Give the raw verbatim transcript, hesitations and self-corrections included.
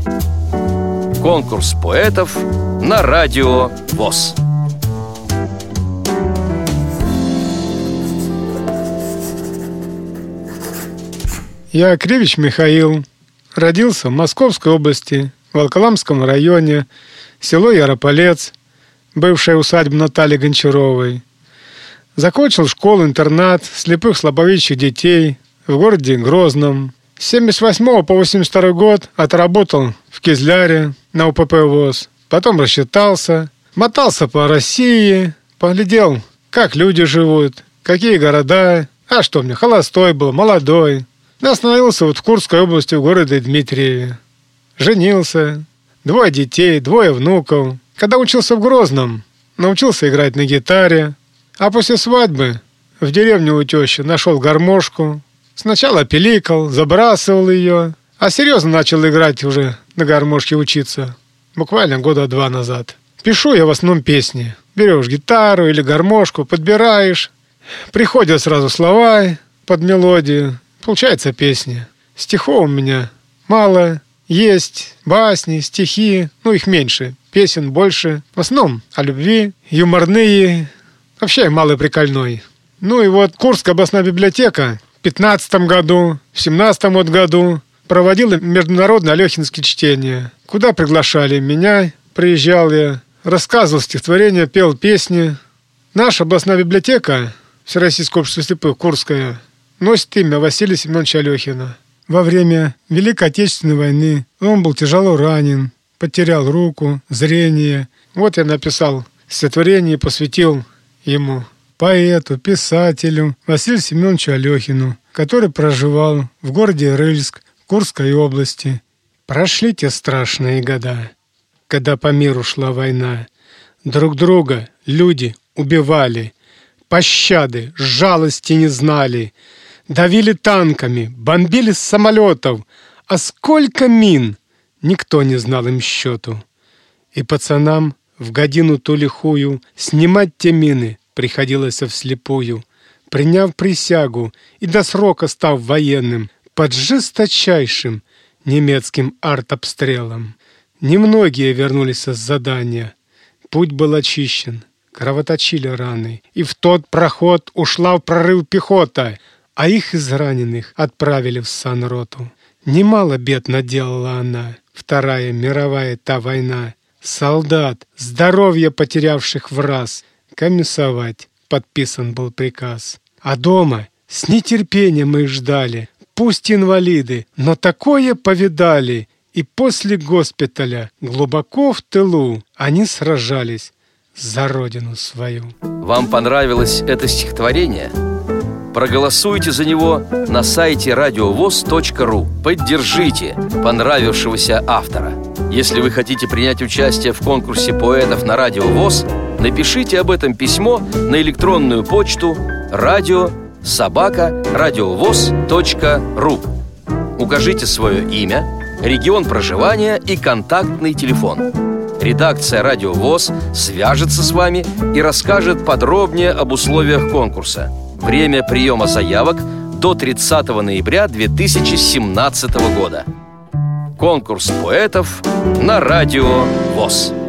Конкурс поэтов на Радио ВОС. Я Кривич Михаил. Родился в Московской области, в Волоколамском районе, село Ярополец, бывшая усадьба Натальи Гончаровой. Закончил школу-интернат слепых слабовидящих детей в городе Грозном. С семьдесят восьмого по восемьдесят второй год отработал в Кизляре на У П П ВОС. Потом рассчитался, мотался по России, поглядел, как люди живут, какие города. А что мне, холостой был, молодой. Остановился вот в Курской области, в городе Дмитриеве. Женился, двое детей, двое внуков. Когда учился в Грозном, научился играть на гитаре. А после свадьбы в деревне у тещи нашел гармошку. Сначала пиликал, забрасывал ее, а серьезно начал играть уже на гармошке, учиться. Буквально года два назад. Пишу я в основном песни. Берешь гитару или гармошку, подбираешь. Приходят сразу слова под мелодию. Получается песня. Стихов у меня мало. Есть басни, стихи. Ну, их меньше. Песен больше. В основном о любви. Юморные. Вообще малый прикольной. Ну и вот Курская областная библиотека в пятнадцатом году, в семнадцатом вот году проводила международное алехинское чтение. Куда приглашали меня. Приезжал я. Рассказывал стихотворения, пел песни. Наша областная библиотека, Всероссийское общество слепых, Курская, носит имя Василия Семеновича Алехина. Во время Великой Отечественной войны он был тяжело ранен, потерял руку, зрение. Вот я написал стихотворение и посвятил ему, поэту, писателю Василию Семеновичу Алехину, который проживал в городе Рыльск Курской области. Прошли те страшные года, когда по миру шла война. Друг друга люди убивали, пощады, жалости не знали. Давили танками, бомбили с самолетов, а сколько мин, никто не знал им счету. И пацанам в годину ту лихую снимать те мины приходилось вслепую, приняв присягу и до срока став военным под жесточайшим немецким артобстрелом. Немногие вернулись с задания, путь был очищен, кровоточили раны, и в тот проход ушла в прорыв пехота, а их из раненых отправили в санроту. Немало бед наделала она, Вторая мировая та война. Солдат, здоровье потерявших в раз, комиссовать подписан был приказ. А дома с нетерпением их ждали, пусть инвалиды, но такое повидали. И после госпиталя, глубоко в тылу, они сражались за родину свою. Вам понравилось это стихотворение? Проголосуйте за него на сайте радиовос точка ру. Поддержите понравившегося автора. Если вы хотите принять участие в конкурсе поэтов на Радио ВОС, напишите об этом письмо на электронную почту радио собака радиовос точка ру. Укажите свое имя, регион проживания и контактный телефон. Редакция Радио ВОС свяжется с вами и расскажет подробнее об условиях конкурса. Время приема заявок до тридцатого ноября две тысячи семнадцатого года. Конкурс поэтов на Радио ВОС.